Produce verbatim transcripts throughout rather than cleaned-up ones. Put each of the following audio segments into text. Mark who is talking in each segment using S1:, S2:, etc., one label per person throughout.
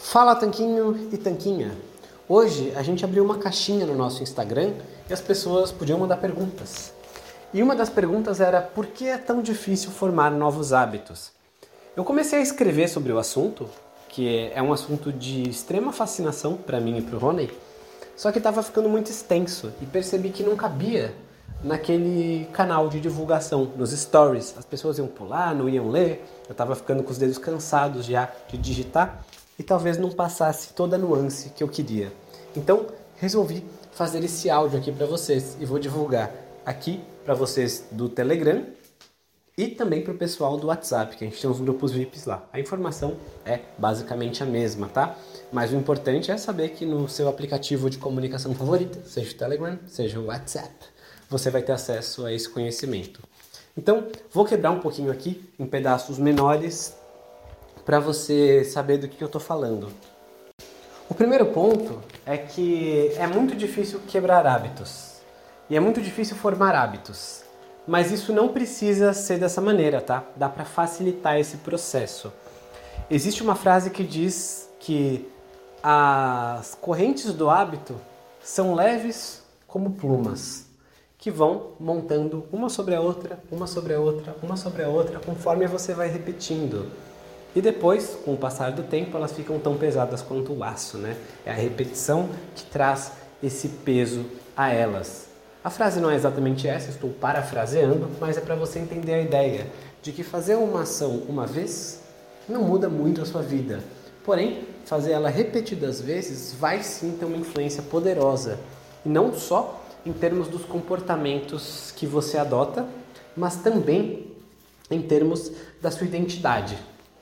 S1: Fala Tanquinho e Tanquinha! Hoje a gente abriu uma caixinha no nosso Instagram e as pessoas podiam mandar perguntas. E uma das perguntas era: por que é tão difícil formar novos hábitos? Eu comecei a escrever sobre o assunto, que é um assunto de extrema fascinação para mim e para o Rony, só que estava ficando muito extenso e percebi que não cabia naquele canal de divulgação, nos stories. As pessoas iam pular, não iam ler, eu estava ficando com os dedos cansados já de digitar e talvez não passasse toda a nuance que eu queria. Então resolvi fazer esse áudio aqui para vocês e vou divulgar aqui para vocês do Telegram e também para o pessoal do WhatsApp, que a gente tem uns grupos V I Ps lá. A informação é basicamente a mesma, tá? Mas o importante é saber que no seu aplicativo de comunicação favorito, seja o Telegram, seja o WhatsApp, você vai ter acesso a esse conhecimento. Então, vou quebrar um pouquinho aqui em pedaços menores para você saber do que eu estou falando. O primeiro ponto é que é muito difícil quebrar hábitos e é muito difícil formar hábitos. Mas isso não precisa ser dessa maneira, tá? Dá para facilitar esse processo. Existe uma frase que diz que as correntes do hábito são leves como plumas, que vão montando uma sobre a outra, uma sobre a outra, uma sobre a outra, conforme você vai repetindo. E depois, com o passar do tempo, elas ficam tão pesadas quanto o aço, né? É a repetição que traz esse peso a elas. A frase não é exatamente essa, estou parafraseando, mas é para você entender a ideia de que fazer uma ação uma vez não muda muito a sua vida. Porém, fazer ela repetidas vezes vai sim ter uma influência poderosa. E não só em termos dos comportamentos que você adota, mas também em termos da sua identidade.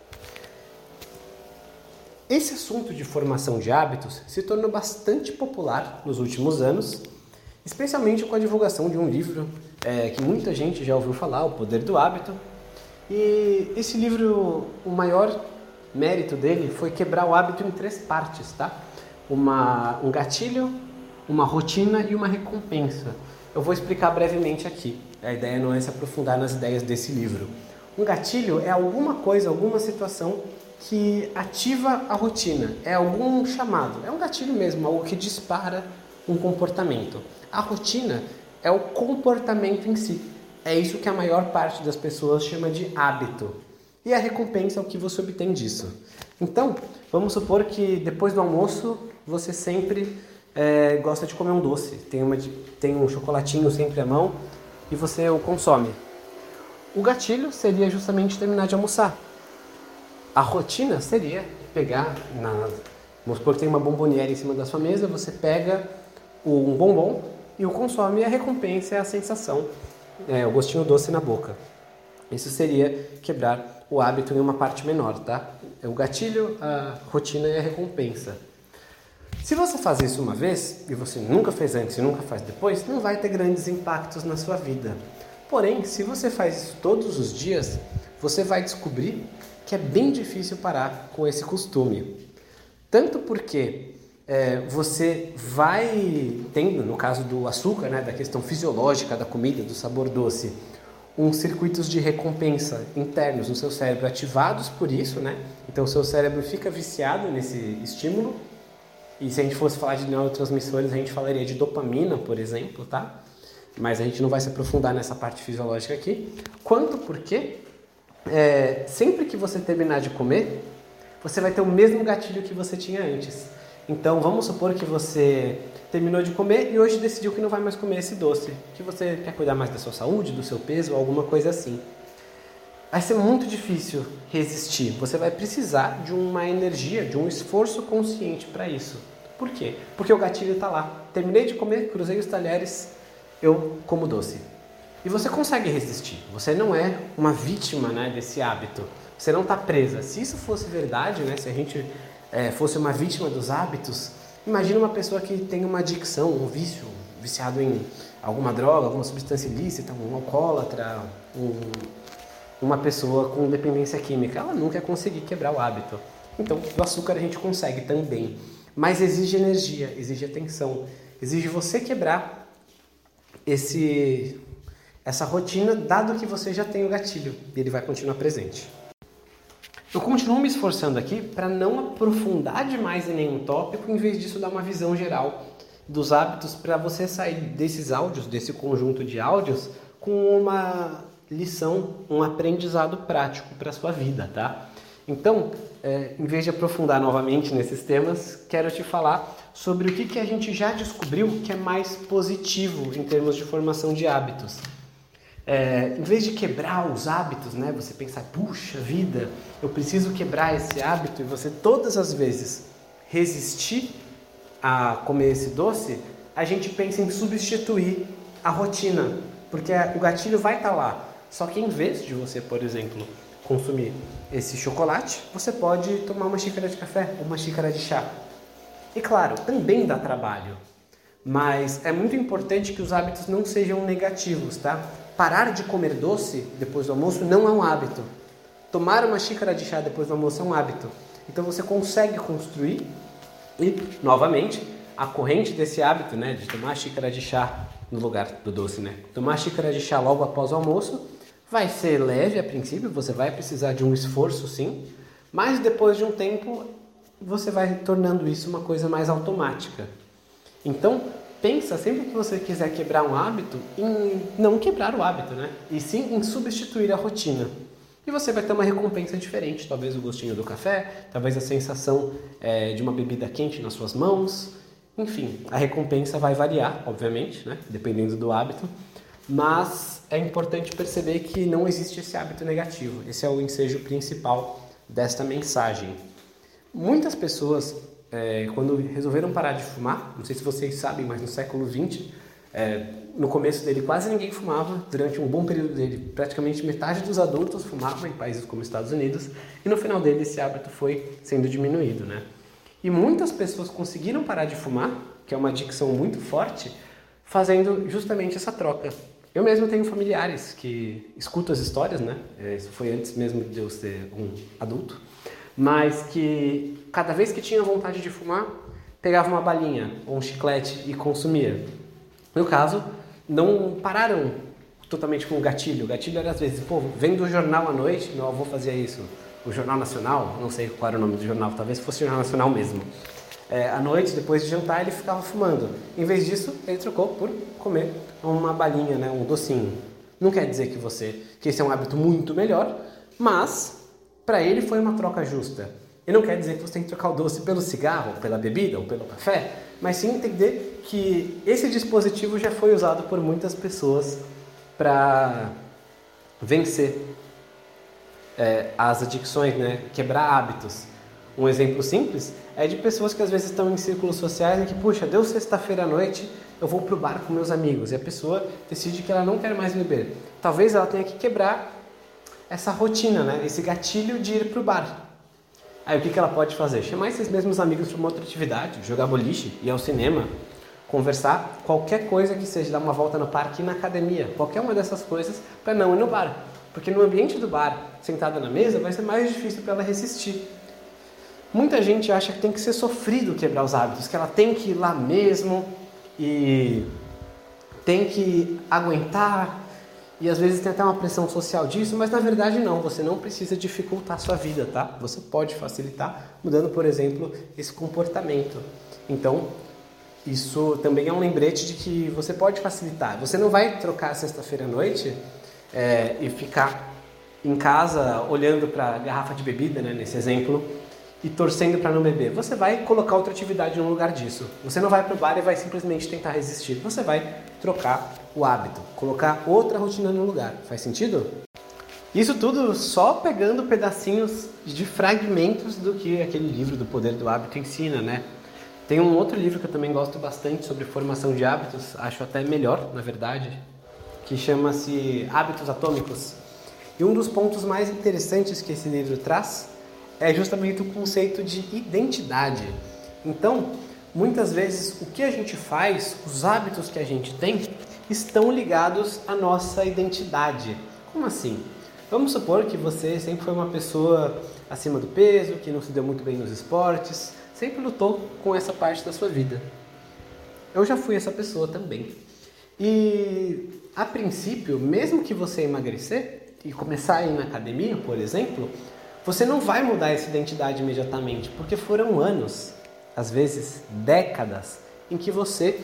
S1: Esse assunto de formação de hábitos se tornou bastante popular nos últimos anos, especialmente com a divulgação de um livro é, que muita gente já ouviu falar, O Poder do Hábito. E esse livro, o maior mérito dele foi quebrar o hábito em três partes, tá? Uma, um gatilho, uma rotina e uma recompensa. Eu vou explicar brevemente aqui. A ideia não é se aprofundar nas ideias desse livro. Um gatilho é alguma coisa, alguma situação que ativa a rotina. É algum chamado. É um gatilho mesmo, algo que dispara um comportamento. A rotina é o comportamento em si. É isso que a maior parte das pessoas chama de hábito. E a recompensa é o que você obtém disso. Então, vamos supor que depois do almoço você sempre é, gosta de comer um doce. Tem, uma, tem um chocolatinho sempre à mão e você o consome. O gatilho seria justamente terminar de almoçar. A rotina seria pegar, na, vamos supor que tem uma bomboniere em cima da sua mesa, você pega um bombom e o consome, e a recompensa é a sensação, é, o gostinho doce na boca. Isso seria quebrar o hábito em uma parte menor, tá? É o gatilho, a rotina e a recompensa. Se você faz isso uma vez, e você nunca fez antes e nunca faz depois, não vai ter grandes impactos na sua vida. Porém, se você faz isso todos os dias, você vai descobrir que é bem difícil parar com esse costume. Tanto porque é, você vai tendo, no caso do açúcar, né, da questão fisiológica da comida, do sabor doce, uns circuitos de recompensa internos no seu cérebro ativados por isso, né? Então o seu cérebro fica viciado nesse estímulo. E se a gente fosse falar de neurotransmissores, a gente falaria de dopamina, por exemplo, tá? Mas a gente não vai se aprofundar nessa parte fisiológica aqui. Quanto porque é, sempre que você terminar de comer, você vai ter o mesmo gatilho que você tinha antes. Então vamos supor que você terminou de comer e hoje decidiu que não vai mais comer esse doce, que você quer cuidar mais da sua saúde, do seu peso, alguma coisa assim. Vai ser muito difícil resistir. Você vai precisar de uma energia, de um esforço consciente para isso. Por quê? Porque o gatilho está lá. Terminei de comer, cruzei os talheres, eu como doce. E você consegue resistir. Você não é uma vítima, né, desse hábito. Você não está presa. Se isso fosse verdade, né, se a gente é, fosse uma vítima dos hábitos, imagina uma pessoa que tem uma adicção, um vício, viciado em alguma droga, alguma substância ilícita, um alcoólatra, um, uma pessoa com dependência química. Ela nunca ia conseguir quebrar o hábito. Então, o açúcar a gente consegue também. Mas exige energia, exige atenção, exige você quebrar esse, essa rotina, dado que você já tem o gatilho e ele vai continuar presente. Eu continuo me esforçando aqui para não aprofundar demais em nenhum tópico, em vez disso dar uma visão geral dos hábitos para você sair desses áudios, desse conjunto de áudios, com uma lição, um aprendizado prático para a sua vida, tá? Então, é, em vez de aprofundar novamente nesses temas, quero te falar sobre o que, que a gente já descobriu que é mais positivo em termos de formação de hábitos. É, em vez de quebrar os hábitos, né, você pensar, puxa vida, eu preciso quebrar esse hábito, e você todas as vezes resistir a comer esse doce, a gente pensa em substituir a rotina, porque o gatilho vai estar lá. Só que em vez de você, por exemplo, consumir esse chocolate, você pode tomar uma xícara de café ou uma xícara de chá. E claro, também dá trabalho, mas é muito importante que os hábitos não sejam negativos, tá? Parar de comer doce depois do almoço não é um hábito. Tomar uma xícara de chá depois do almoço é um hábito. Então você consegue construir e, novamente, a corrente desse hábito, né, de tomar a xícara de chá no lugar do doce, né? Tomar a xícara de chá logo após o almoço vai ser leve a princípio, você vai precisar de um esforço sim, mas depois de um tempo você vai tornando isso uma coisa mais automática. Então, pensa sempre que você quiser quebrar um hábito em não quebrar o hábito, né? E sim em substituir a rotina. E você vai ter uma recompensa diferente, talvez o gostinho do café, talvez a sensação é, de uma bebida quente nas suas mãos. Enfim, a recompensa vai variar, obviamente, né? Dependendo do hábito. Mas é importante perceber que não existe esse hábito negativo. Esse é o ensejo principal desta mensagem. Muitas pessoas, é, quando resolveram parar de fumar, não sei se vocês sabem, mas no século vinte, é, no começo dele quase ninguém fumava, durante um bom período dele praticamente metade dos adultos fumavam em países como Estados Unidos, e no final dele esse hábito foi sendo diminuído, né? E muitas pessoas conseguiram parar de fumar, que é uma adicção muito forte, fazendo justamente essa troca. Eu mesmo tenho familiares que escuto as histórias, né? Isso foi antes mesmo de eu ser um adulto, mas que cada vez que tinha vontade de fumar, pegava uma balinha ou um chiclete e consumia. No caso, não pararam totalmente com o gatilho. O gatilho era às vezes, pô, vendo o jornal à noite, meu avô fazia isso, o Jornal Nacional, não sei qual era o nome do jornal, talvez fosse o Jornal Nacional mesmo. É, à noite, depois de jantar, ele ficava fumando. Em vez disso, ele trocou por comer uma balinha, né, um docinho. Não quer dizer que você, que esse é um hábito muito melhor, mas para ele foi uma troca justa. E não quer dizer que você tem que trocar o doce pelo cigarro, pela bebida ou pelo café, mas sim entender que esse dispositivo já foi usado por muitas pessoas para vencer é, as adicções, né, quebrar hábitos. Um exemplo simples é de pessoas que às vezes estão em círculos sociais em que, puxa, deu sexta-feira à noite, eu vou pro bar com meus amigos. E a pessoa decide que ela não quer mais beber. Talvez ela tenha que quebrar essa rotina, né? Esse gatilho de ir pro bar. Aí o que, que ela pode fazer? Chamar esses mesmos amigos para uma outra atividade, jogar boliche, ir ao cinema, conversar, qualquer coisa que seja, dar uma volta no parque e na academia. Qualquer uma dessas coisas para não ir no bar. Porque no ambiente do bar, sentada na mesa, vai ser mais difícil para ela resistir. Muita gente acha que tem que ser sofrido quebrar os hábitos, que ela tem que ir lá mesmo e tem que aguentar, e às vezes tem até uma pressão social disso, mas na verdade não, você não precisa dificultar a sua vida, tá? Você pode facilitar mudando, por exemplo, esse comportamento. Então, isso também é um lembrete de que você pode facilitar. Você não vai trocar sexta-feira à noite é, e ficar em casa olhando para a garrafa de bebida, né, nesse exemplo, e torcendo para não beber. Você vai colocar outra atividade no lugar disso. Você não vai para o bar e vai simplesmente tentar resistir. Você vai trocar o hábito, colocar outra rotina no lugar. Faz sentido? Isso tudo só pegando pedacinhos de fragmentos do que aquele livro do Poder do Hábito ensina, né? Tem um outro livro que eu também gosto bastante sobre formação de hábitos, acho até melhor, na verdade, que chama-se Hábitos Atômicos. E um dos pontos mais interessantes que esse livro traz é justamente o conceito de identidade. Então, muitas vezes, o que a gente faz, os hábitos que a gente tem, estão ligados à nossa identidade. Como assim? Vamos supor que você sempre foi uma pessoa acima do peso, que não se deu muito bem nos esportes, sempre lutou com essa parte da sua vida. Eu já fui essa pessoa também. E, a princípio, mesmo que você emagrecer e começar a ir na academia, por exemplo, Você não vai mudar essa identidade imediatamente, porque foram anos, às vezes décadas, em que você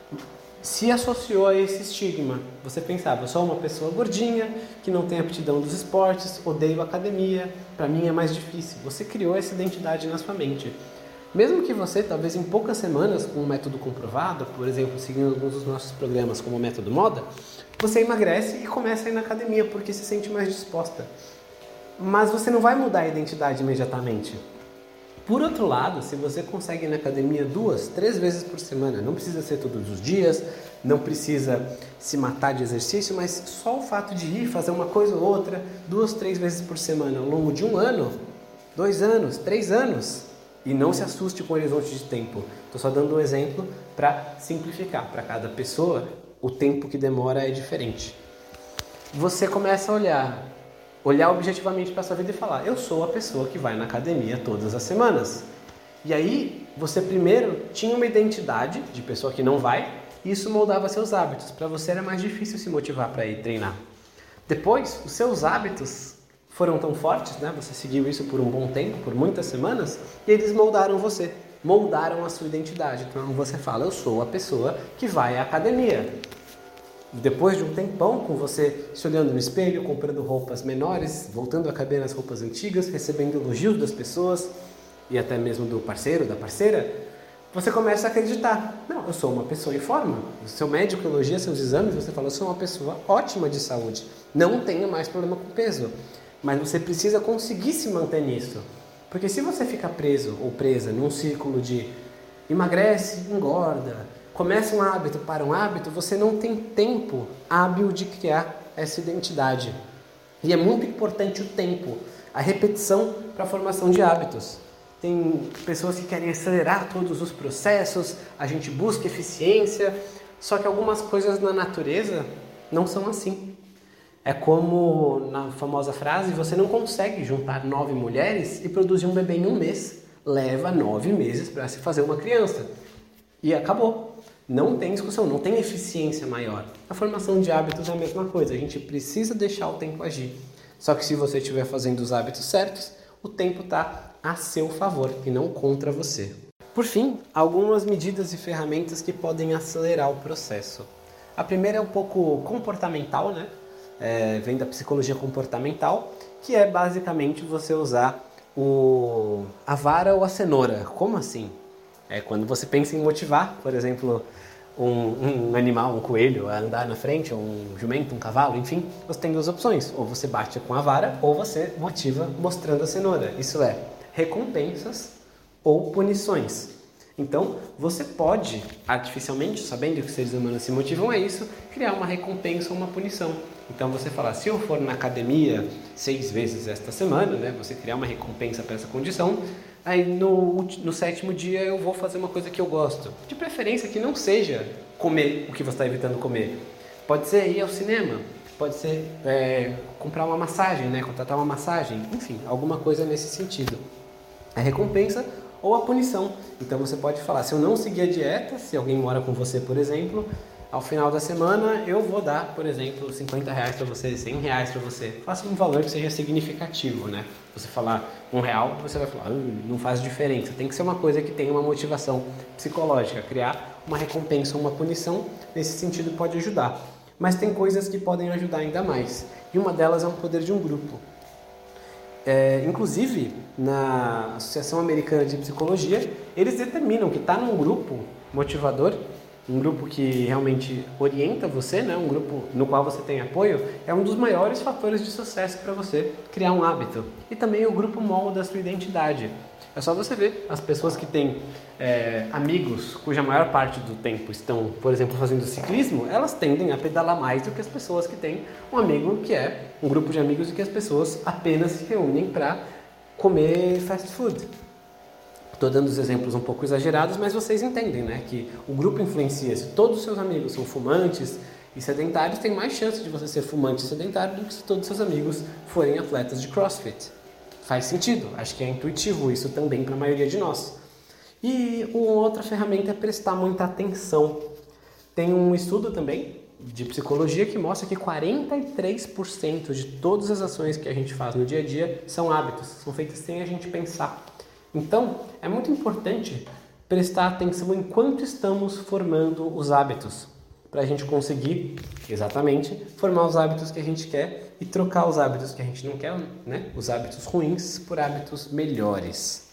S1: se associou a esse estigma. Você pensava, eu sou uma pessoa gordinha, que não tem aptidão dos esportes, odeio academia, para mim é mais difícil. Você criou essa identidade na sua mente. Mesmo que você, talvez em poucas semanas, com um método comprovado, por exemplo, seguindo alguns dos nossos programas como o método moda, você emagrece e começa a ir na academia porque se sente mais disposta. Mas você não vai mudar a identidade imediatamente. Por outro lado, se você consegue ir na academia duas, três vezes por semana, não precisa ser todos os dias, não precisa se matar de exercício, mas só o fato de ir fazer uma coisa ou outra, duas, três vezes por semana, ao longo de um ano, dois anos, três anos, e não se assuste com o horizonte de tempo. Estou só dando um exemplo para simplificar. Para cada pessoa, o tempo que demora é diferente. Você começa a olhar... olhar objetivamente para a sua vida e falar, eu sou a pessoa que vai na academia todas as semanas. E aí, você primeiro tinha uma identidade de pessoa que não vai, e isso moldava seus hábitos. Para você era mais difícil se motivar para ir treinar. Depois, os seus hábitos foram tão fortes, né? Você seguiu isso por um bom tempo, por muitas semanas, e eles moldaram você, moldaram a sua identidade. Então você fala, eu sou a pessoa que vai à academia. Depois de um tempão com você se olhando no espelho, comprando roupas menores, voltando a caber nas roupas antigas, recebendo elogios das pessoas e até mesmo do parceiro, da parceira, você começa a acreditar. Não, eu sou uma pessoa em forma. O seu médico elogia seus exames, você fala, eu sou uma pessoa ótima de saúde. Não tenho mais problema com peso. Mas você precisa conseguir se manter nisso. Porque se você ficar preso ou presa num círculo de emagrece, engorda, começa um hábito para um hábito, você não tem tempo hábil de criar essa identidade. E é muito importante o tempo, a repetição para a formação de hábitos. Tem pessoas que querem acelerar todos os processos, a gente busca eficiência, só que algumas coisas na natureza não são assim. É como na famosa frase, você não consegue juntar nove mulheres e produzir um bebê em um mês. Leva nove meses para se fazer uma criança. E acabou. Não tem discussão, não tem eficiência maior. A formação de hábitos é a mesma coisa, a gente precisa deixar o tempo agir. Só que se você estiver fazendo os hábitos certos, o tempo está a seu favor e não contra você. Por fim, algumas medidas e ferramentas que podem acelerar o processo. A primeira é um pouco comportamental, né? É, vem da psicologia comportamental, que é basicamente você usar o, a vara ou a cenoura. Como assim? É quando você pensa em motivar, por exemplo, um, um animal, um coelho, a andar na frente, ou um jumento, um cavalo, enfim, você tem duas opções. Ou você bate com a vara, ou você motiva mostrando a cenoura. Isso é, recompensas ou punições. Então, você pode, artificialmente, sabendo que os seres humanos se motivam a isso, criar uma recompensa ou uma punição. Então, você fala, se eu for na academia seis vezes esta semana, né, você criar uma recompensa para essa condição, aí no, no sétimo dia eu vou fazer uma coisa que eu gosto. De preferência que não seja comer o que você está evitando comer. Pode ser ir ao cinema, pode ser é, comprar uma massagem, né, contratar uma massagem, enfim, alguma coisa nesse sentido. A recompensa ou a punição. Então você pode falar, se eu não seguir a dieta, se alguém mora com você, por exemplo, ao final da semana eu vou dar, por exemplo, cinquenta reais para você, cem reais para você. Faça um valor que seja significativo, né? Você falar um real, você vai falar, hum, não faz diferença. Tem que ser uma coisa que tenha uma motivação psicológica. Criar uma recompensa ou uma punição, nesse sentido pode ajudar. Mas tem coisas que podem ajudar ainda mais. E uma delas é um poder de um grupo. É, inclusive, na Associação Americana de Psicologia, eles determinam que estar num grupo motivador, um grupo que realmente orienta você, né, um grupo no qual você tem apoio, é um dos maiores fatores de sucesso para você criar um hábito. E também o grupo molda a sua identidade. É só você ver as pessoas que têm é, amigos cuja maior parte do tempo estão, por exemplo, fazendo ciclismo, elas tendem a pedalar mais do que as pessoas que têm um amigo que é um grupo de amigos e que as pessoas apenas se reúnem para comer fast food. Estou dando os exemplos um pouco exagerados, mas vocês entendem, né? Que o grupo influencia. Se todos os seus amigos são fumantes e sedentários, tem mais chance de você ser fumante e sedentário do que se todos os seus amigos forem atletas de CrossFit. Faz sentido, acho que é intuitivo isso também para a maioria de nós. E uma outra ferramenta é prestar muita atenção. Tem um estudo também de psicologia que mostra que quarenta e três por cento de todas as ações que a gente faz no dia a dia são hábitos, são feitas sem a gente pensar. Então, é muito importante prestar atenção enquanto estamos formando os hábitos, para a gente conseguir, exatamente, formar os hábitos que a gente quer e trocar os hábitos que a gente não quer, né? Os hábitos ruins por hábitos melhores.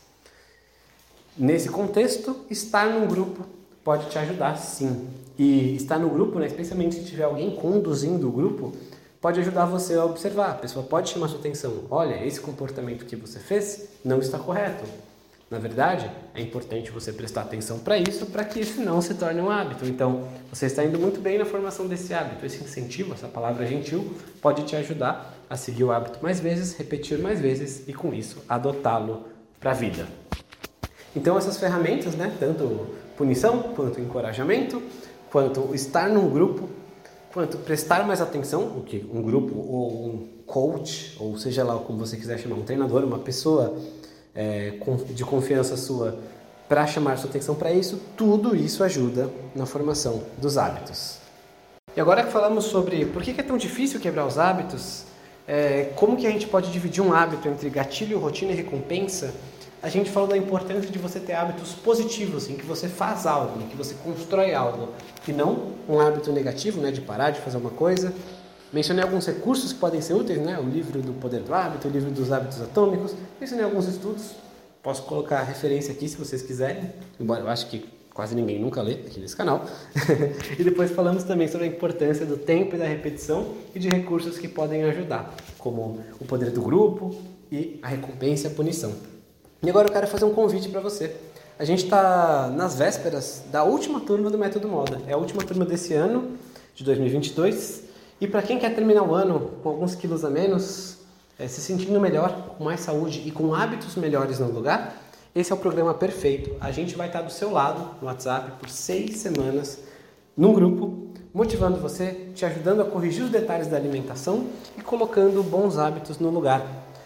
S1: Nesse contexto, estar num grupo pode te ajudar, sim. E estar no grupo, né, especialmente se tiver alguém conduzindo o grupo, pode ajudar você a observar. A pessoa pode chamar sua atenção. Olha, esse comportamento que você fez não está correto. Na verdade, é importante você prestar atenção para isso, para que isso não se torne um hábito. Então, você está indo muito bem na formação desse hábito. Esse incentivo, essa palavra gentil, pode te ajudar a seguir o hábito mais vezes, repetir mais vezes e, com isso, adotá-lo para a vida. Então, essas ferramentas, né, tanto punição, quanto encorajamento, quanto estar num grupo, quanto prestar mais atenção, o que um grupo ou um coach, ou seja lá como você quiser chamar, um treinador, uma pessoa é, de confiança sua para chamar sua atenção para isso, tudo isso ajuda na formação dos hábitos. E agora que falamos sobre por que é tão difícil quebrar os hábitos, é, como que a gente pode dividir um hábito entre gatilho, rotina e recompensa, a gente falou da importância de você ter hábitos positivos, em que você faz algo, em que você constrói algo, e não um hábito negativo, né, de parar de fazer uma coisa. Mencionei alguns recursos que podem ser úteis, né, o livro do Poder do Hábito, o livro dos Hábitos Atômicos. Mencionei alguns estudos, posso colocar a referência aqui se vocês quiserem, embora eu acho que quase ninguém nunca lê aqui nesse canal. E depois falamos também sobre a importância do tempo e da repetição e de recursos que podem ajudar, como o poder do grupo e a recompensa e a punição. E agora eu quero fazer um convite para você. A gente está nas vésperas da última turma do Método Moda. É a última turma desse ano, de dois mil e vinte e dois. E para quem quer terminar o ano com alguns quilos a menos, é, se sentindo melhor, com mais saúde e com hábitos melhores no lugar, esse é o programa perfeito. A gente vai estar do seu lado no WhatsApp por seis semanas, num grupo, motivando você, te ajudando a corrigir os detalhes da alimentação e colocando bons hábitos no lugar.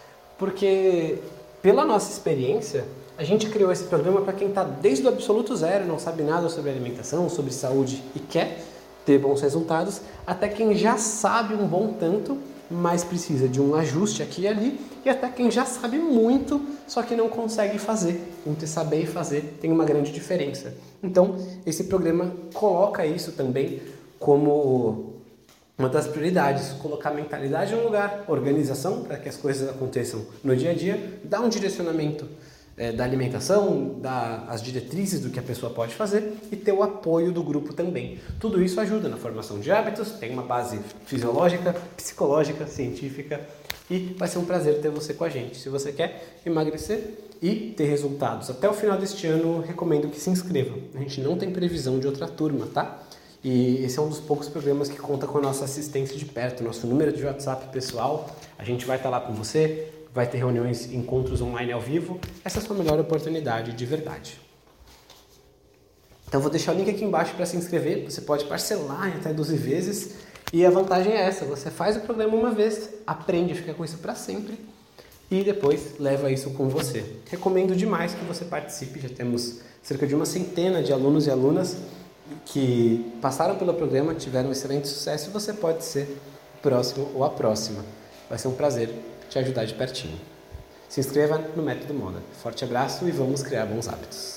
S1: Porque, pela nossa experiência, a gente criou esse programa para quem está desde o absoluto zero, não sabe nada sobre alimentação, sobre saúde e quer ter bons resultados, até quem já sabe um bom tanto, mas precisa de um ajuste aqui e ali, e até quem já sabe muito, só que não consegue fazer. Entre saber e fazer tem uma grande diferença. Então, esse programa coloca isso também como uma das prioridades, colocar a mentalidade no lugar, organização para que as coisas aconteçam no dia a dia, dar um direcionamento é, da alimentação, dar as diretrizes do que a pessoa pode fazer e ter o apoio do grupo também. Tudo isso ajuda na formação de hábitos, tem uma base fisiológica, psicológica, científica e vai ser um prazer ter você com a gente. Se você quer emagrecer e ter resultados até o final deste ano, recomendo que se inscreva. A gente não tem previsão de outra turma, tá? E esse é um dos poucos programas que conta com a nossa assistência de perto, nosso número de WhatsApp pessoal. A gente vai estar lá com você, vai ter reuniões, encontros online ao vivo. Essa é a sua melhor oportunidade de verdade. Então vou deixar o link aqui embaixo para se inscrever. Você pode parcelar em até doze vezes. E a vantagem é essa, você faz o programa uma vez, aprende, fica com isso para sempre e depois leva isso com você. Recomendo demais que você participe. Já temos cerca de uma centena de alunos e alunas que passaram pelo programa, tiveram um excelente sucesso e você pode ser o próximo ou a próxima. Vai ser um prazer te ajudar de pertinho. Se inscreva no Método Moda. Forte abraço e vamos criar bons hábitos.